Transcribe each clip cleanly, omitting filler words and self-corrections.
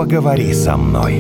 «Поговори со мной».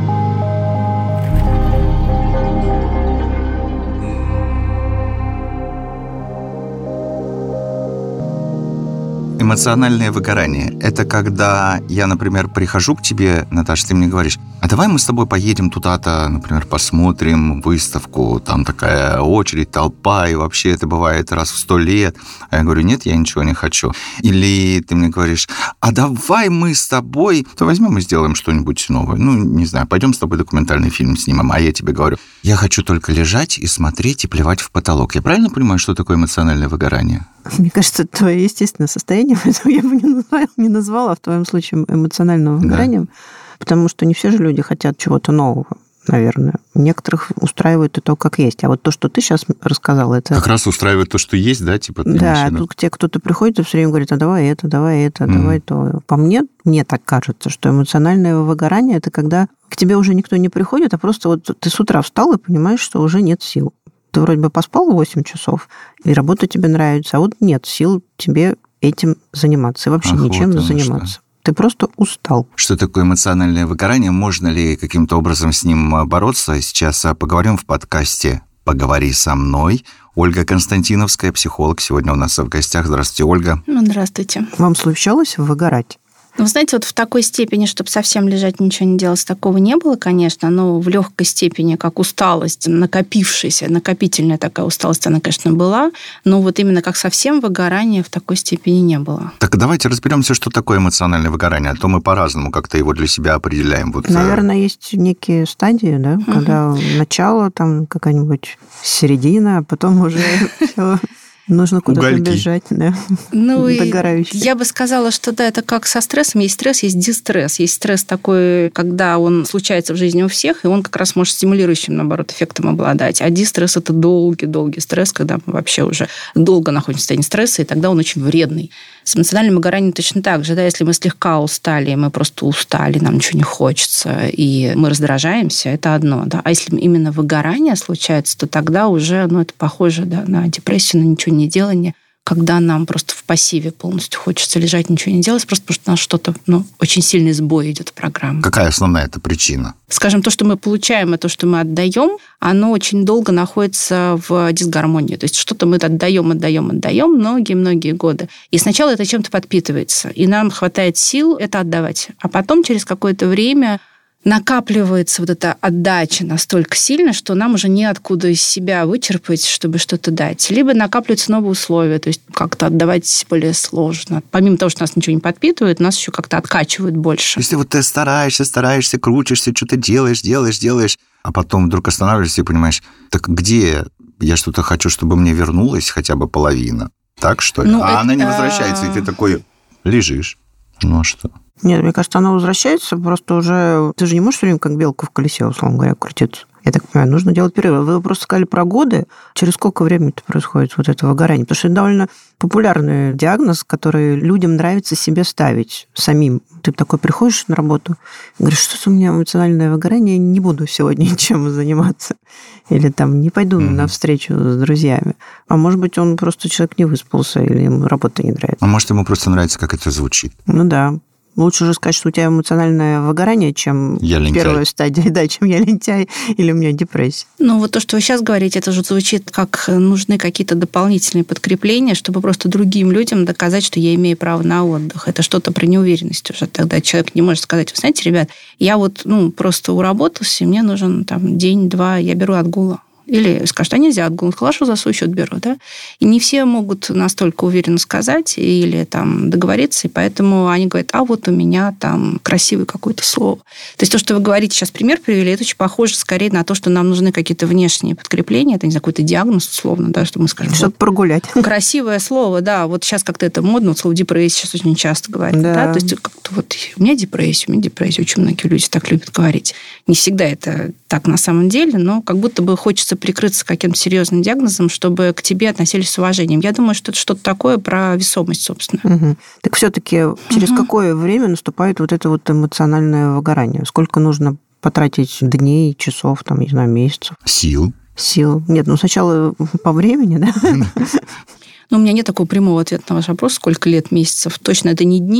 Эмоциональное выгорание – это когда я, например, прихожу к тебе, Наташа, ты мне говоришь, а давай мы с тобой поедем туда-то, например, посмотрим выставку, там такая очередь, толпа, и вообще это бывает раз в 100 лет. А я говорю, нет, я ничего не хочу. Или ты мне говоришь, а давай мы с тобой, то возьмем и сделаем что-нибудь новое. Ну, не знаю, пойдем с тобой документальный фильм снимем. А я тебе говорю, я хочу только лежать и смотреть, и плевать в потолок. Я правильно понимаю, что такое эмоциональное выгорание? Мне кажется, это твое естественное состояние, поэтому я бы не назвала в твоем случае эмоциональным выгоранием, потому что не все же люди хотят чего-то нового, наверное. Некоторых устраивает и то, как есть. А вот то, что ты сейчас рассказала, это... Как раз устраивает то, что есть, да? Типа, да, тут к тебе кто-то приходит и все время говорит, а давай это, давай то. По мне так кажется, что эмоциональное выгорание – это когда к тебе уже никто не приходит, а просто вот ты с утра встал и понимаешь, что уже нет сил. Ты вроде бы поспал 8 часов, и работа тебе нравится, а вот нет сил тебе этим заниматься и вообще ничем не заниматься. Ты просто устал. Что такое эмоциональное выгорание? Можно ли каким-то образом с ним бороться? Сейчас поговорим в подкасте «Поговори со мной». Ольга Константиновская, психолог, сегодня у нас в гостях. Здравствуйте, Ольга. Здравствуйте. Вам случалось выгорать? Вы знаете, вот в такой степени, чтобы совсем лежать, ничего не делать, такого не было, конечно, но в легкой степени, как усталость, накопившаяся, накопительная такая усталость, она, конечно, была, но вот именно как совсем выгорание в такой степени не было. Так давайте разберемся, что такое эмоциональное выгорание, а то мы по-разному как-то его для себя определяем. Вот, наверное, есть некие стадии, да, когда начало, там какая-нибудь середина, а потом уже все... Нужно куда-то бежать, да, догорающий. Я бы сказала, что да, это как со стрессом. Есть стресс, есть дистресс. Есть стресс такой, когда он случается в жизни у всех, и он как раз может стимулирующим, наоборот, эффектом обладать. А дистресс – это долгий стресс, когда мы вообще уже долго находимся в состоянии стресса, и тогда он очень вредный. С эмоциональным выгоранием точно так же. Да, если мы слегка устали, мы просто устали, нам ничего не хочется, и мы раздражаемся, это одно. Да. А если именно выгорание случается, то тогда уже это похоже, да, на депрессию, на ничего не делание, когда нам просто в пассиве полностью хочется лежать, ничего не делать, просто потому что у нас что-то, очень сильный сбой идет в программу. Какая основная эта причина? Скажем, то, что мы получаем, и то, что мы отдаем, оно очень долго находится в дисгармонии. То есть что-то мы отдаем многие-многие годы. И сначала это чем-то подпитывается, и нам хватает сил это отдавать. А потом через какое-то время накапливается вот эта отдача настолько сильно, что нам уже неоткуда из себя вычерпать, чтобы что-то дать. Либо накапливаются новые условия, то есть как-то отдавать более сложно. Помимо того, что нас ничего не подпитывает, нас еще как-то откачивают больше. Если вот ты стараешься, крутишься, что-то делаешь, а потом вдруг останавливаешься и понимаешь, так где я что-то хочу, чтобы мне вернулась хотя бы половина? Так, что ли? Она не возвращается, и ты такой лежишь. Ну, а что? Нет, мне кажется, она возвращается, просто уже... Ты же не можешь все время как белка в колесе, условно говоря, крутиться. Я так понимаю, нужно делать перерывы. Вы просто сказали про годы. Через сколько времени это происходит, вот это выгорание? Потому что это довольно популярный диагноз, который людям нравится себе ставить самим. Ты такой приходишь на работу и говоришь, что у меня эмоциональное выгорание, не буду сегодня ничем заниматься. Или там не пойду на встречу с друзьями. А может быть, он просто человек не выспался, или ему работа не нравится. А может, ему просто нравится, как это звучит. Ну да. Лучше же сказать, что у тебя эмоциональное выгорание, чем первая стадия, да, чем я лентяй или у меня депрессия. Вот то, что вы сейчас говорите, это же звучит как нужны какие-то дополнительные подкрепления, чтобы просто другим людям доказать, что я имею право на отдых. Это что-то про неуверенность уже. Тогда человек не может сказать, вы знаете, ребят, я просто уработался, мне нужен день-два, я беру отгула. Или скажут, а нельзя отгул, хорошо, за свой счет беру, да? И не все могут настолько уверенно сказать или договориться, и поэтому они говорят, а вот у меня красивое какое-то слово. То есть то, что вы говорите, сейчас пример привели, это очень похоже скорее на то, что нам нужны какие-то внешние подкрепления, это, не знаю, какой-то диагноз, условно, да, что мы скажем. Чтобы прогулять. Красивое слово, да, вот сейчас как-то это модно, слово депрессия сейчас очень часто говорят, да, то есть как-то у меня депрессия, очень многие люди так любят говорить. Не всегда это так на самом деле, но как будто бы хочется прикрыться каким-то серьезным диагнозом, чтобы к тебе относились с уважением. Я думаю, что это что-то такое про весомость, собственно. Угу. Так все-таки через какое время наступает вот это вот эмоциональное выгорание? Сколько нужно потратить дней, часов, не знаю, месяцев? Сил. Нет, сначала по времени, да? У меня нет такого прямого ответа на ваш вопрос, сколько лет, месяцев. Точно это не дни.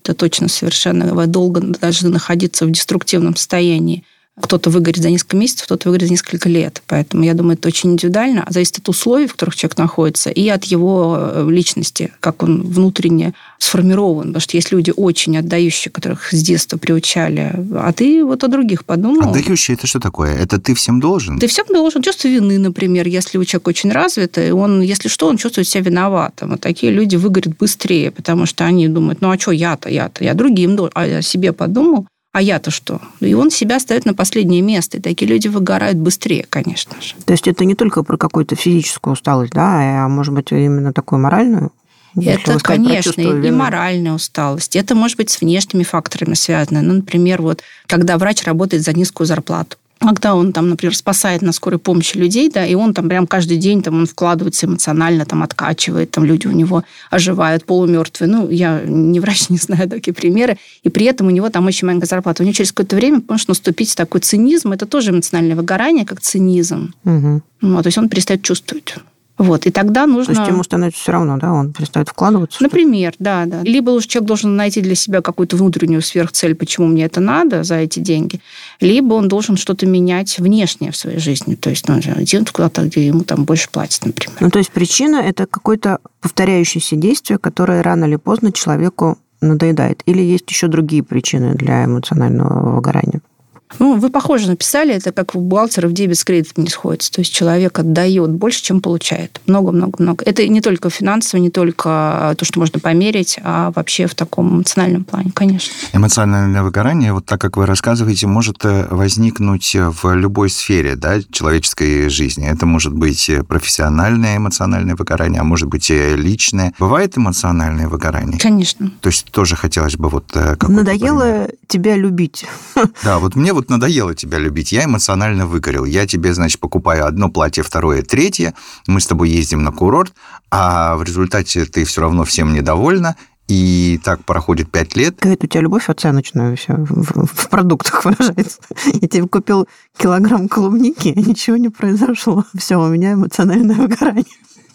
это точно совершенно долго даже находиться в деструктивном состоянии. Кто-то выгорит за несколько месяцев, кто-то выгорит за несколько лет. Поэтому, я думаю, это очень индивидуально. Зависит от условий, в которых человек находится, и от его личности, как он внутренне сформирован. Потому что есть люди очень отдающие, которых с детства приучали. А ты вот о других подумал. Отдающий – это что такое? Это ты всем должен? Ты всем должен. Чувство вины, например. Если у человека очень развитый, он, если что, он чувствует себя виноватым. Вот такие люди выгорят быстрее, потому что они думают, ну а что я-то? Я другим должен. А я о себе подумал. А я-то что? И он себя ставит на последнее место. И такие люди выгорают быстрее, конечно же. То есть это не только про какую-то физическую усталость, да, а может быть именно такую моральную? Это, конечно, и моральная усталость. Это может быть с внешними факторами связано. Ну, например, вот, когда врач работает за низкую зарплату. Когда он, там, например, спасает на скорой помощи людей, да, и он там прям каждый день там, он вкладывается эмоционально, там, откачивает, там, люди у него оживают, полумертвые. Ну, я не врач, не знаю такие примеры. И при этом у него там очень маленькая зарплата. У него через какое-то время может наступить такой цинизм. Это тоже эмоциональное выгорание, как цинизм. Угу. Вот, то есть он перестает чувствовать. Вот, и тогда нужно... То есть ему становится все равно, да? Он перестает вкладываться? Например, да. Либо уж человек должен найти для себя какую-то внутреннюю сверхцель, почему мне это надо за эти деньги, либо он должен что-то менять внешнее в своей жизни. То есть, идти куда-то, где ему там больше платят, например. Ну, то есть причина – это какое-то повторяющееся действие, которое рано или поздно человеку надоедает. Или есть еще другие причины для эмоционального выгорания? Ну, вы похоже написали, это как у бухгалтеров дебет с кредитом не сходится. То есть человек отдает больше, чем получает. Много-много-много. Это не только финансово, не только то, что можно померить, а вообще в таком эмоциональном плане, конечно. Эмоциональное выгорание, вот так как вы рассказываете, может возникнуть в любой сфере, да, человеческой жизни. Это может быть профессиональное эмоциональное выгорание, а может быть личное. Бывает эмоциональное выгорание? Конечно. То есть тоже хотелось бы вот... Надоело тебя любить. Да, вот мне вот надоело тебя любить, я эмоционально выгорел. Я тебе, значит, покупаю одно платье, второе, третье, мы с тобой ездим на курорт, а в результате ты все равно всем недовольна, и так проходит 5 лет. Какая-то у тебя любовь оценочная все в продуктах выражается. Я тебе купил килограмм клубники, ничего не произошло. Все, у меня эмоциональное выгорание.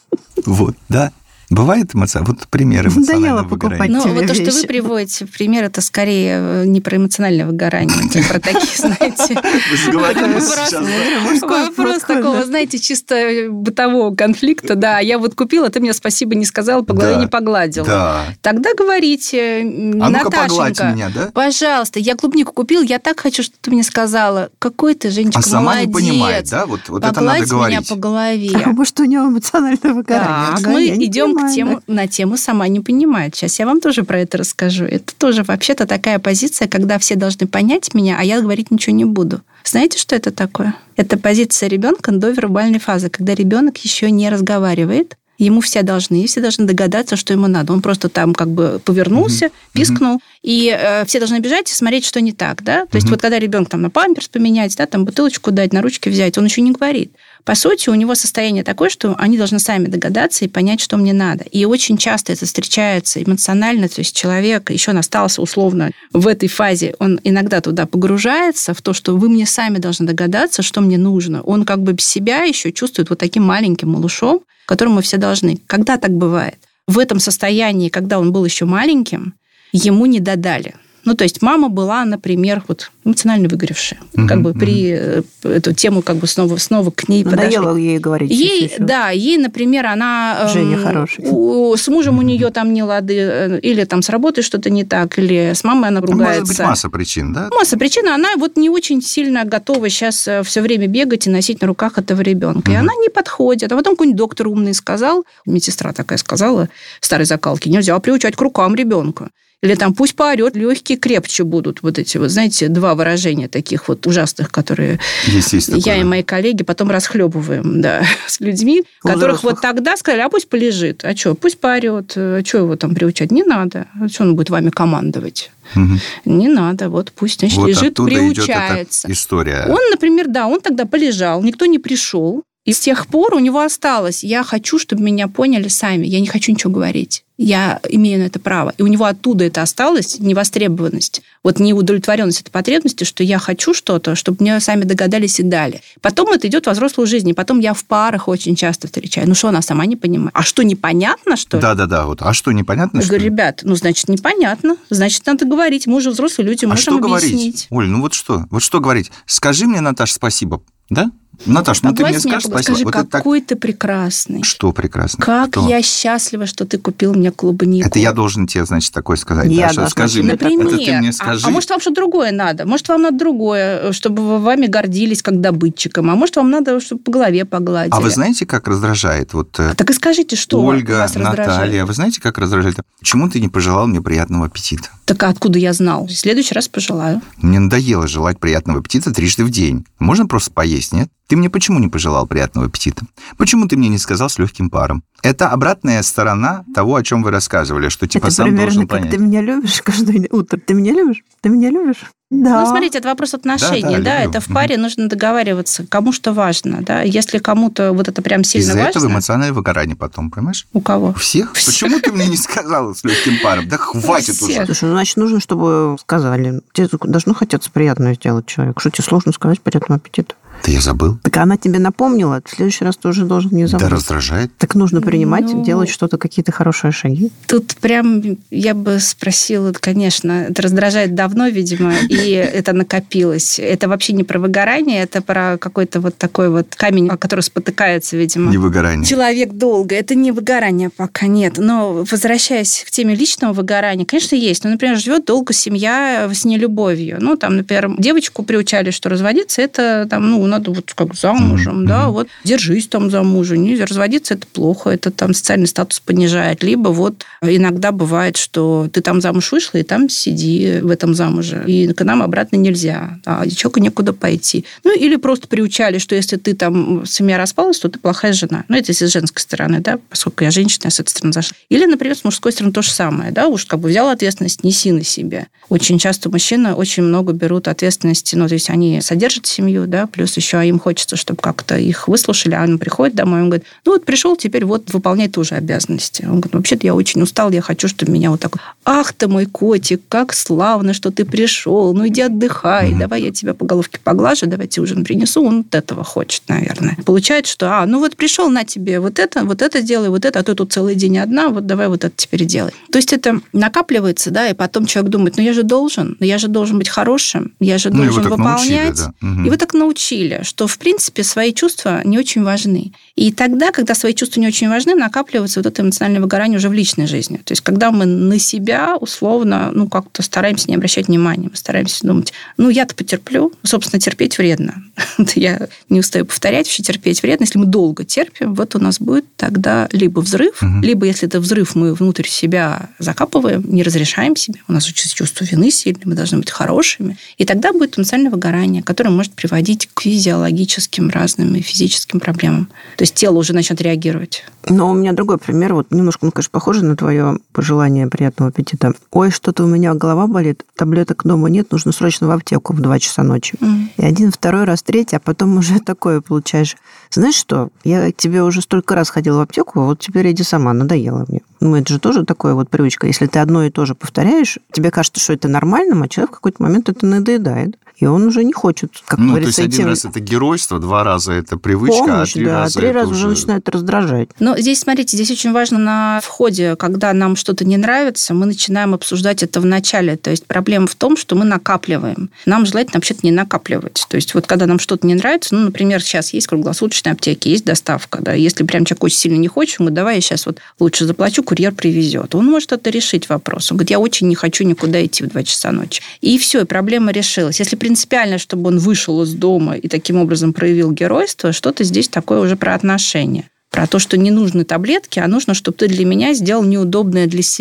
Вот, да. Бывает вот пример эмоционального выгорания. Ну, вот то, что вы приводите в пример, это скорее не про эмоциональное выгорание, а про такие, знаете... Вы сговорились сейчас, да? Вопрос такого, знаете, чисто бытового конфликта. Да, я вот купила, ты мне спасибо не сказала, по голове не погладила. Да. Тогда говорите, Наташенька, меня, да? Пожалуйста, я клубнику купил, я так хочу, что ты мне сказала. Какой ты, Женечка, молодец. А сама не понимает, да? Вот это надо говорить. Погладь меня по голове. А может, у него эмоциональное выгорание? Так, мы идем на тему «сама не понимает». Сейчас я вам тоже про это расскажу. Это тоже вообще-то такая позиция, когда все должны понять меня, а я говорить ничего не буду. Знаете, что это такое? Это позиция ребенка до вербальной фазы, когда ребенок еще не разговаривает, ему все должны догадаться, что ему надо. Он просто там как бы повернулся, пискнул, и все должны бежать и смотреть, что не так, да? То есть вот когда ребенок там на памперс поменять, да, там бутылочку дать, на ручки взять, он еще не говорит. По сути, у него состояние такое, что они должны сами догадаться и понять, что мне надо. И очень часто это встречается эмоционально, то есть человек еще остался условно в этой фазе, он иногда туда погружается, в то, что вы мне сами должны догадаться, что мне нужно. Он как бы себя еще чувствует вот таким маленьким малышом, которому мы все должны. Когда так бывает? В этом состоянии, когда он был еще маленьким, ему не додали. Ну, то есть мама была, например, вот эмоционально выгоревшая. Как бы при эту тему как бы снова к ней подошли. Надоело ей говорить. Ей, например, она... Женя хороший. С мужем у нее там не лады, или там с работой что-то не так, или с мамой она ругается. Может быть, масса причин, да? Масса причин. Она вот не очень сильно готова сейчас все время бегать и носить на руках этого ребенка. И она не подходит. А потом какой-нибудь доктор умный сказал, медсестра такая сказала, старой закалки, нельзя приучать к рукам ребенка. Или там пусть поорет, легкие крепче будут. Вот эти вот, знаете, два выражения таких вот ужасных, которые я и мои коллеги потом расхлебываем, да, с людьми, которых вот тогда сказали, а пусть полежит. А что, пусть поорет. А что его там приучать? Не надо. А что он будет вами командовать? Не надо. Вот пусть, значит, вот лежит, приучается. История. Он, например, да, он тогда полежал, никто не пришел. И с тех пор у него осталось: я хочу, чтобы меня поняли сами, я не хочу ничего говорить. Я имею на это право. И у него оттуда это осталось, невостребованность, вот неудовлетворенность этой потребности, что я хочу что-то, чтобы мне сами догадались и дали. Потом это идет во взрослую жизнь. И потом я в парах очень часто встречаю. Ну что, она сама не понимает? А что, непонятно, что ли? Да-да-да. Вот. А что, непонятно, я что говорю, ли? ребят, значит, непонятно. Значит, надо говорить. Мы уже взрослые люди, можем объяснить. Говорить? Оль, вот что говорить? Скажи мне, Наташа, спасибо. Да? Наташ, ты мне скажешь спасибо. Скажи, вот какой ты прекрасный. Что прекрасно? Как я счастлива, что ты купил мне клубнику. Это я должен тебе, значит, такое сказать. Скажи мне. Например, это ты мне скажи. А может, вам что-то другое надо? Может, вам надо другое, чтобы вы вами гордились как добытчиком? А может, вам надо, чтобы по голове погладили? А вы знаете, как раздражает? Так и скажите, что Ольга, вас раздражает? Наталья, вы знаете, как раздражает? Почему ты не пожелал мне приятного аппетита? Так а откуда я знал? В следующий раз пожелаю. Мне надоело желать приятного аппетита 3 раза в день. Можно просто поесть, нет? Ты мне почему не пожелал приятного аппетита? Почему ты мне не сказал с легким паром? Это обратная сторона того, о чем вы рассказывали, что типа это сам должен как понять. Ты меня любишь каждое утро. Ты меня любишь? Ты меня любишь? Да. Ну, смотрите, это вопрос отношений, да, это в паре нужно договариваться, кому что важно, да, если кому-то вот это прям сильно важно. Из-за этого эмоциональное выгорание потом, понимаешь? У кого? У всех? Почему ты мне не сказала с легким паром? Да хватит уже. Слушай, значит, нужно, чтобы сказали. Тебе должно хотеться приятное сделать человеку. Что тебе сложно сказать приятного аппетита? Да я забыл. Так она тебе напомнила, в следующий раз ты уже должен не забыть. Да раздражает. Так нужно принимать, делать что-то, какие-то хорошие шаги. Тут прям я бы спросила, конечно, это раздражает давно, видимо, и это накопилось. Это вообще не про выгорание, это про какой-то вот такой вот камень, о который спотыкается, видимо. Не выгорание. Человек долго. Это не выгорание пока, нет. Но возвращаясь к теме личного выгорания, конечно, есть. Ну, например, живет долго семья с нелюбовью. Ну, там, например, девочку приучали, что разводиться, это там, надо вот как замужем, да, вот держись там за мужа, нельзя разводиться, это плохо, это там социальный статус понижает. Либо вот иногда бывает, что ты там замуж вышла, и там сиди в этом замуже, и к нам обратно нельзя, а девчонку некуда пойти. Ну, или просто приучали, что если ты там, семья распалась, то ты плохая жена. Ну, это если с женской стороны, да, поскольку я женщина, я с этой стороны зашла. Или, например, с мужской стороны то же самое, да, уж как бы взял ответственность, неси на себя. Очень часто мужчины очень много берут ответственности, ну, то есть они содержат семью, да, плюс еще им хочется, чтобы как-то их выслушали, а он приходит домой, он говорит, ну вот пришел, теперь вот выполняй тоже обязанности. Он говорит, вообще-то я очень устал, я хочу, чтобы меня вот так, ах ты мой котик, как славно, что ты пришел, ну иди отдыхай, давай я тебя по головке поглажу, давай тебе ужин принесу, он вот этого хочет, наверное. Получается, что, ну вот пришел на тебе вот это делай, вот это, а то тут целый день одна, вот давай вот это теперь делай. То есть это накапливается, да, и потом человек думает, я же должен быть хорошим, я же должен выполнять. Научили, да. И вы так научили, что, в принципе, свои чувства не очень важны. И тогда, когда свои чувства не очень важны, накапливается вот это эмоциональное выгорание уже в личной жизни. То есть, когда мы на себя, условно, как-то стараемся не обращать внимания, мы стараемся думать, я-то потерплю. Собственно, терпеть вредно. Я не устаю повторять, вообще терпеть вредно. Если мы долго терпим, вот у нас будет тогда либо взрыв, либо, если это взрыв, мы внутрь себя закапываем, не разрешаем себе, у нас чувство вины сильное, мы должны быть хорошими. И тогда будет эмоциональное выгорание, которое может приводить к физиологическим разным и физическим проблемам. То есть тело уже начнет реагировать. Но у меня другой пример. Вот немножко, конечно, похоже на твое пожелание приятного аппетита. Ой, что-то у меня голова болит, таблеток дома нет, нужно срочно в аптеку в 2 часа ночи. И один, второй раз, третий, а потом уже такое получаешь. Знаешь что, я к тебе уже столько раз ходила в аптеку, вот теперь иди сама, надоело мне. Это же тоже такая вот привычка. Если ты одно и то же повторяешь, тебе кажется, что это нормально, а человек в какой-то момент это надоедает. И он уже не хочет, как говорится, то есть один раз это геройство, 2 раза это привычка, помощь, а 3 раза уже начинает раздражать. Но здесь, смотрите, здесь очень важно на входе, когда нам что-то не нравится, мы начинаем обсуждать это в начале. То есть проблема в том, что мы накапливаем. Нам желательно вообще-то не накапливать. То есть вот когда нам что-то не нравится, например, сейчас есть круглосуточные аптеки, есть доставка. Да, если прям человек очень сильно не хочет, он говорит, давай я сейчас вот лучше заплачу, курьер привезет. Он может это решить вопрос. Он говорит, я очень не хочу никуда идти в 2 часа ночи. И все, и проблема решилась. Если принципиально, чтобы он вышел из дома и таким образом проявил геройство, что-то здесь такое уже про отношения. Про то, что не нужны таблетки, а нужно, чтобы ты для меня сделал неудобное для себя.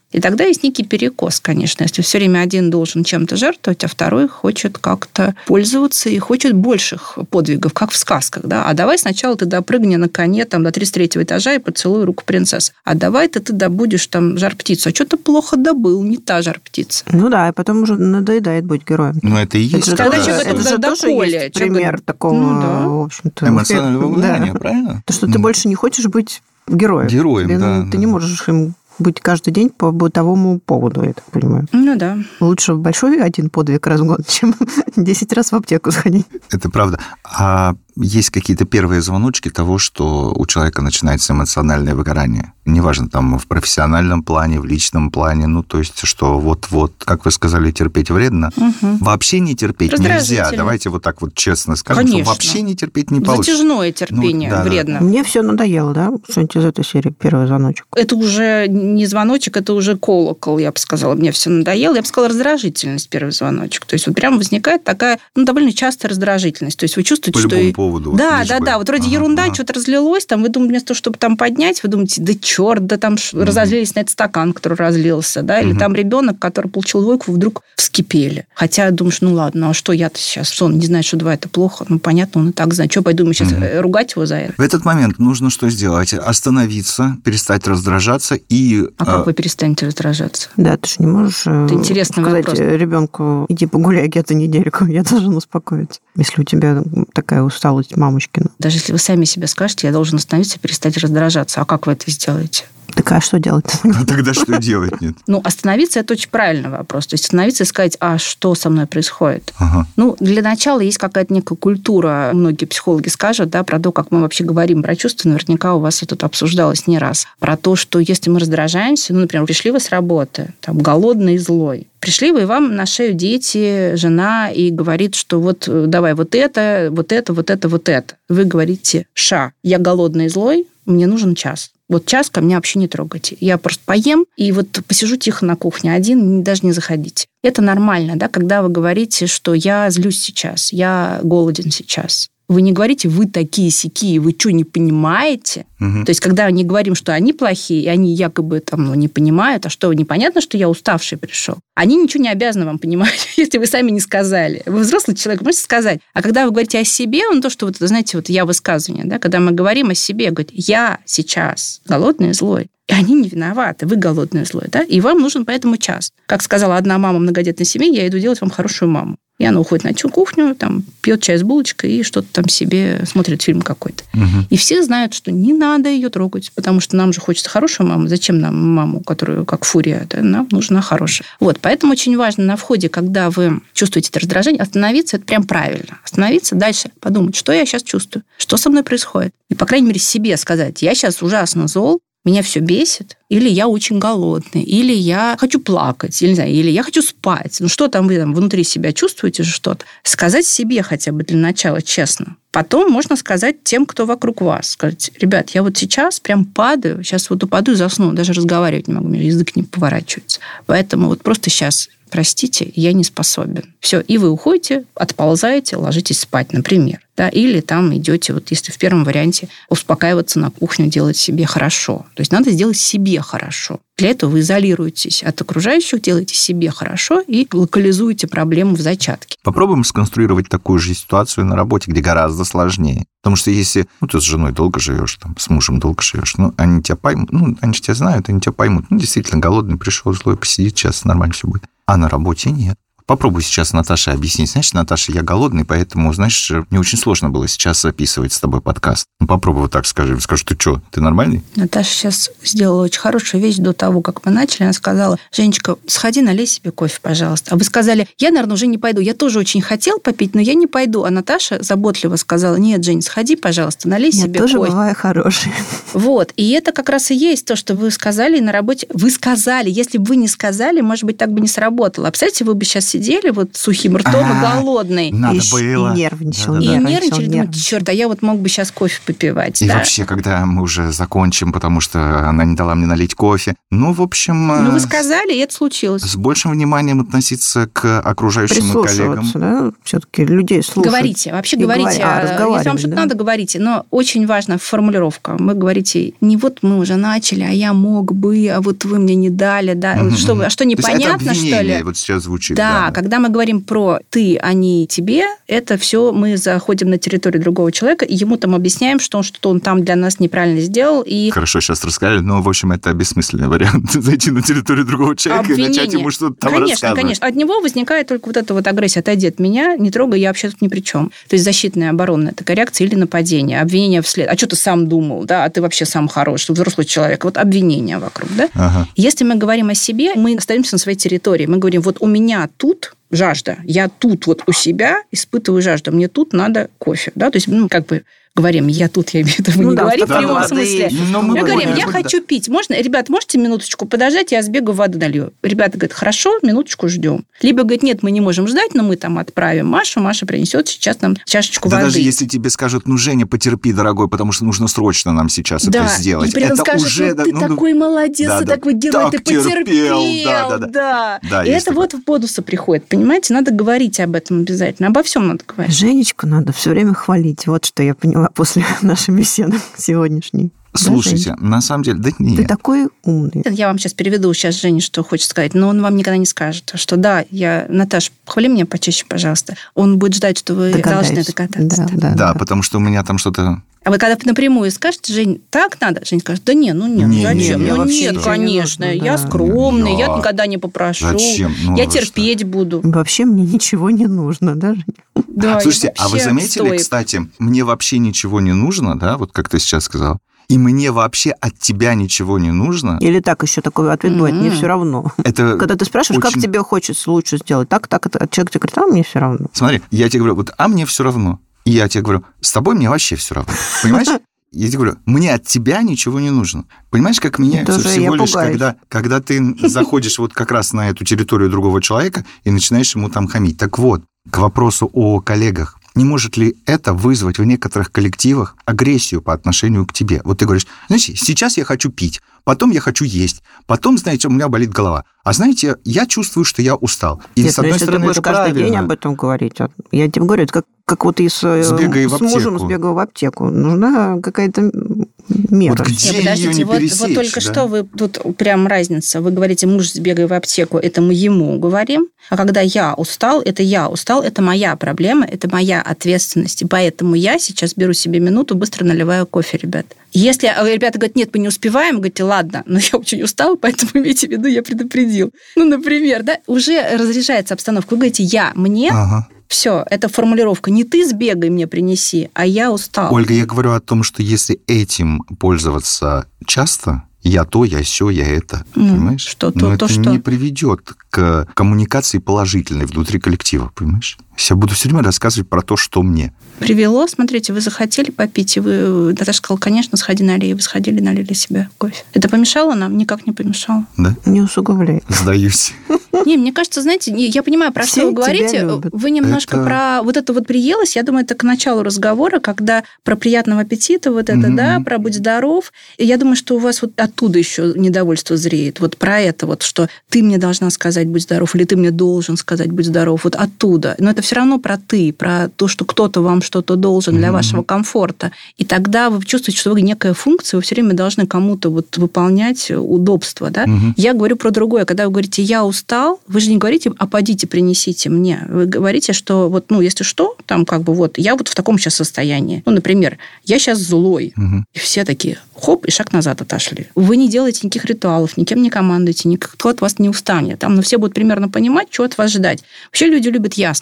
И тогда есть некий перекос, конечно. Если все время один должен чем-то жертвовать, а второй хочет как-то пользоваться и хочет больших подвигов, как в сказках. Да? А давай сначала ты допрыгни на коне там, до 33-го этажа и поцелуй руку принцессы. А давай ты добудешь там жар-птицу. А что ты плохо добыл, не та жар-птица. Ну да, и потом уже надоедает быть героем. Ну, это и есть. Это же тоже есть пример такого, в общем-то... Эмоционального выгорания, правильно? То, что ты больше не хочешь быть героем. Героем, Ты не можешь им быть каждый день по бытовому поводу, я так понимаю. Ну да. Лучше большой один подвиг раз в год, чем 10 раз в аптеку сходить. Это правда. А есть какие-то первые звоночки того, что у человека начинается эмоциональное выгорание? Неважно, там, в профессиональном плане, в личном плане, ну, то есть, что вот, как вы сказали, терпеть вредно. Угу. Вообще не терпеть нельзя. Давайте вот так вот честно скажем, конечно, что вообще не терпеть не получится. Затяжное терпение вредно. Мне все надоело, да? Что-нибудь из этой серии, первый звоночек. Это уже не звоночек, это уже колокол, я бы сказала. Мне все надоело. Я бы сказала, раздражительность, первый звоночек. То есть вот прямо возникает такая, довольно частая раздражительность. То есть вы чувствуете, по что... любому поводу. Да. Вот вроде ерунда, что-то разлилось, там, вы думаете, вместо того, чтобы там поднять, вы думаете, да черт, да там разозлились на этот стакан, который разлился, да, или там ребенок, который получил двойку, вдруг вскипели. Хотя думаешь, ну ладно, а что я-то сейчас? Что он не знает, что 2 это плохо? Ну, понятно, он и так знает. Что, пойду мы сейчас ругать его за это? В этот момент нужно что сделать? Остановиться, перестать раздражаться и... А как вы перестанете раздражаться? Да, ты же не можешь сказать ребенку, иди погуляй где-то недельку, я должен успокоиться. Если у тебя такая усталость мамочкина. Даже если вы сами себе скажете, я должен остановиться и перестать раздражаться. А как вы это сделаете? Так а что делать? А тогда что делать? Нет. Ну, остановиться – это очень правильный вопрос. То есть остановиться и сказать, а что со мной происходит? Ага. Ну, для начала есть какая-то некая культура. Многие психологи скажут, да, про то, как мы вообще говорим про чувства. Наверняка у вас это обсуждалось не раз. Про то, что если мы раздражаемся, ну, например, пришли вы с работы, там, голодный и злой. Пришли вы, и вам на шею дети, жена, и говорит, что вот давай вот это. Вы говорите, я голодный и злой, мне нужен час. Вот час ко мне вообще не трогайте. Я просто поем и вот посижу тихо на кухне один, даже не заходите. Это нормально, да, когда вы говорите, что я злюсь сейчас, я голоден сейчас. Вы не говорите, вы такие-сякие, вы что, не понимаете? Угу. То есть, когда мы говорим, что они плохие, и они якобы там, не понимают, а что, непонятно, что я уставший пришел? Они ничего не обязаны вам понимать, если вы сами не сказали. Вы взрослый человек, можете сказать. А когда вы говорите о себе, то, что, знаете, я высказывание, да, когда мы говорим о себе, говорит, я сейчас голодный и злой. И они не виноваты, вы голодный и злой, да? И вам нужен поэтому час. Как сказала одна мама многодетной семьи, я иду делать вам хорошую маму. И она уходит на кухню, там, пьет чай с булочкой и что-то там себе смотрит фильм какой-то. Угу. И все знают, что не надо ее трогать, потому что нам же хочется хорошую маму. Зачем нам маму, которую как фурия? Да? Нам нужна хорошая. Вот, поэтому очень важно на входе, когда вы чувствуете это раздражение, остановиться, это прям правильно. Остановиться, дальше подумать, что я сейчас чувствую, что со мной происходит. И, по крайней мере, себе сказать, я сейчас ужасно зол, меня все бесит, или я очень голодный, или я хочу плакать, или, не знаю, или я хочу спать. Ну, что там вы там внутри себя чувствуете же что-то? Сказать себе хотя бы для начала честно. Потом можно сказать тем, кто вокруг вас. Сказать, ребят, я вот сейчас прям падаю, сейчас вот упаду и засну, даже разговаривать не могу, у меня язык не поворачивается. Поэтому вот просто сейчас, простите, я не способен. Все, и вы уходите, отползаете, ложитесь спать, например. Да, или там идете, вот если в первом варианте, успокаиваться на кухню, делать себе хорошо. То есть надо сделать себе хорошо. Для этого вы изолируетесь от окружающих, делаете себе хорошо и локализуете проблему в зачатке. Попробуем сконструировать такую же ситуацию на работе, где гораздо сложнее. Потому что если ты с женой долго живешь, там, с мужем долго живешь, они тебя поймут, они же тебя знают, они тебя поймут. Действительно, голодный пришел, злой посидит, сейчас нормально все будет. А на работе нет. Попробуй сейчас Наташе объяснить. Знаешь, Наташа, я голодный, поэтому, знаешь, мне очень сложно было сейчас записывать с тобой подкаст. Попробуй вот так скажи. Скажи, ты что, ты нормальный? Наташа сейчас сделала очень хорошую вещь до того, как мы начали. Она сказала, Женечка, сходи, налей себе кофе, пожалуйста. А вы сказали, я, наверное, уже не пойду. Я тоже очень хотел попить, но я не пойду. А Наташа заботливо сказала, нет, Жень, сходи, пожалуйста, налей себе кофе. Я тоже бываю хорошей. Вот. И это как раз и есть то, что вы сказали на работе. Вы сказали. Если бы вы не сказали, может быть, так бы не сработало. А представляете, вы бы сейчас сидели вот сухим ртом и голодный. Надо было. И нервничал. И нервничали, думают, черт, а я вот мог бы сейчас кофе попивать. И вообще, когда мы уже закончим, потому что она не дала мне налить кофе. Ну, в общем... Ну, вы сказали, и это случилось. С большим вниманием относиться к окружающим и коллегам. Да? Все-таки людей слушать. Говорите, вообще говорите. Если вам что-то надо, говорите. Но очень важна формулировка. Вы говорите, не вот мы уже начали, а я мог бы, а вот вы мне не дали, да? Что непонятно, что ли? Вот сейчас звучит. Да, когда мы говорим про ты, они, тебе, это все мы заходим на территорию другого человека, и ему там объясняем, что он там для нас неправильно сделал. И... Хорошо, сейчас рассказали, но, в общем, это бессмысленный вариант. Зайти на территорию другого человека и начать ему что-то там рассказывать. Конечно. От него возникает только вот эта вот агрессия. Отойди от меня, не трогай, я вообще тут ни при чем. То есть защитная, оборонная такая реакция или нападение, обвинение вслед. А что ты сам думал, да? А ты вообще сам хорош, взрослый человек. Вот обвинение вокруг, да? Ага. Если мы говорим о себе, мы остаемся на своей территории. Мы говорим, вот у меня тут жажда, я тут вот у себя испытываю жажду, мне тут надо кофе, да? То есть, говорим, я тут, я имею в виду, мы не говорим в прямом смысле. Мы говорим, я хочу пить. Можно? Ребят, можете минуточку подождать, я сбегаю, воду налью. Ребята говорят, хорошо, минуточку ждем. Либо говорят, нет, мы не можем ждать, но мы там отправим Машу, Маша принесет сейчас нам чашечку воды. Да даже если тебе скажут, Женя, потерпи, дорогой, потому что нужно срочно нам сейчас это сделать. И при этом скажут, уже, ты такой молодец, ты такой герой, ты потерпел. Да. И это вот в бонусы приходит, понимаете? Надо говорить об этом обязательно, обо всем надо говорить. Женечку надо все время хвалить. Вот что я поняла после нашей беседы сегодняшней. Слушайте, на самом деле, да нет. Ты такой умный. Я вам сейчас переведу Жене, что хочет сказать, но он вам никогда не скажет, что да, Наташа, хвали меня почаще, пожалуйста. Он будет ждать, что вы должны догадаться. Да, потому что у меня там что-то... А вы когда напрямую скажете, Жень, так надо? Жень скажет, да нет, зачем? Нет, конечно, я скромный, я никогда не попрошу. Зачем? Я терпеть буду. Вообще мне ничего не нужно, да, Женя? Да, слушайте, а вы заметили, кстати, мне вообще ничего не нужно, да, вот как ты сейчас сказал, и мне вообще от тебя ничего не нужно. Или так еще такой ответ бывает, мне все равно. Это когда ты спрашиваешь, как тебе хочется лучше сделать, так, человек тебе говорит, мне все равно. Смотри, я тебе говорю, мне все равно. И я тебе говорю, с тобой мне вообще все равно. Понимаешь? Я тебе говорю, мне от тебя ничего не нужно. Понимаешь, как меняется всего лишь, когда ты заходишь вот как раз на эту территорию другого человека и начинаешь ему там хамить. Так вот, к вопросу о коллегах. Не может ли это вызвать в некоторых коллективах агрессию по отношению к тебе? Вот ты говоришь, знаете, сейчас я хочу пить, потом я хочу есть, потом, знаете, у меня болит голова. А знаете, я чувствую, что я устал. И нет, с одной стороны, ты будешь это каждый правильно. день об этом говорить. Я тебе говорю, это как вот и с мужем сбегал в аптеку. Нужна какая-то мера. Вот где подождите, вот только что вы тут прям разница. Вы говорите, муж сбегай в аптеку, это мы ему говорим. А когда я устал, это моя проблема, это моя ответственность. И поэтому я сейчас беру себе минуту, быстро наливаю кофе, ребят. Если ребята говорят, нет, мы не успеваем, говорите, ладно, но я очень устала, поэтому имейте в виду, я предупредил. Например, да, уже разряжается обстановка. Вы говорите, мне... Ага. Все, это формулировка. Не ты сбегай мне принеси, а я устал. Ольга, я говорю о том, что если этим пользоваться часто, я то, я сё, я это, понимаешь? Это не приведет к коммуникации положительной внутри коллектива, понимаешь? Я буду все время рассказывать про то, что мне. Привело, смотрите, вы захотели попить, и Наташа сказала, конечно, сходи налей. Вы сходили, налили себе кофе. Это помешало нам? Никак не помешало. Да? Не усугубляй. Сдаюсь. Не, мне кажется, знаете, я понимаю, про что вы говорите. Вы немножко про вот это вот приелось. Я думаю, это к началу разговора, когда про приятного аппетита, про будь здоров. И я думаю, что у вас вот оттуда еще недовольство зреет. Вот про это вот, что ты мне должна сказать будь здоров, или ты мне должен сказать будь здоров. Вот оттуда. Но это все равно про ты, про то, что кто-то вам что-то должен для вашего комфорта. И тогда вы чувствуете, что вы некая функция, вы все время должны кому-то вот выполнять удобство. Да? Я говорю про другое. Когда вы говорите «я устал», вы же не говорите «а подите, принесите мне». Вы говорите, что вот, если что, там я вот в таком сейчас состоянии. Например, я сейчас злой. И все такие хоп, и шаг назад отошли. Вы не делаете никаких ритуалов, никем не командуете, никто от вас не устанет. Там все будут примерно понимать, что от вас ждать. Вообще люди любят ясность.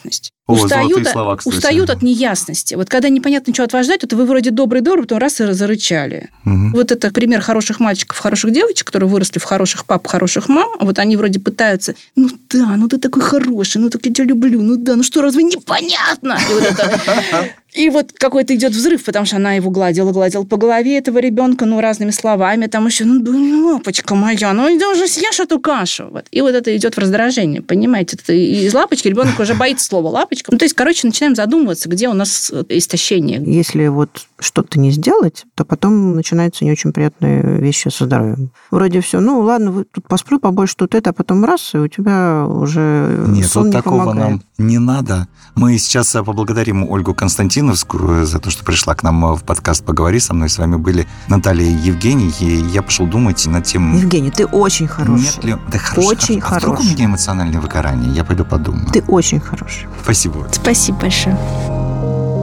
устают от неясности. Вот когда непонятно, что от вас ждать, то вы вроде добрый-добрый, потом раз и зарычали. Угу. Вот это пример хороших мальчиков, хороших девочек, которые выросли в хороших пап, хороших мам. Вот они вроде пытаются, ну ты такой хороший, ну так я тебя люблю, ну что, разве непонятно? И вот это... И вот какой-то идет взрыв, потому что она его гладила по голове этого ребенка, разными словами, там еще, лапочка моя, иди уже съешь эту кашу. Вот. И вот это идет в раздражение, понимаете? Это из лапочки ребенок уже боится слова лапочка. То есть, начинаем задумываться, где у нас истощение. Если вот что-то не сделать, то потом начинаются не очень приятные вещи со здоровьем. Вроде все, ладно, тут посплю побольше, тут это, а потом раз, и у тебя уже Нет, сон вот не такого помогает. Нам не надо. Мы сейчас поблагодарим Ольгу Константиновскую за то, что пришла к нам в подкаст «Поговори со мной». С вами были Наталья и Евгений, и я пошел думать над тем... Евгений, ты очень хороший. Нет ли... Да хороший. Очень хороший. А вдруг у меня эмоциональное выгорание? Я пойду подумаю. Ты очень хороший. Спасибо. Спасибо большое.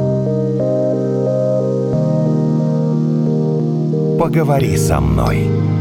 «Поговори со мной».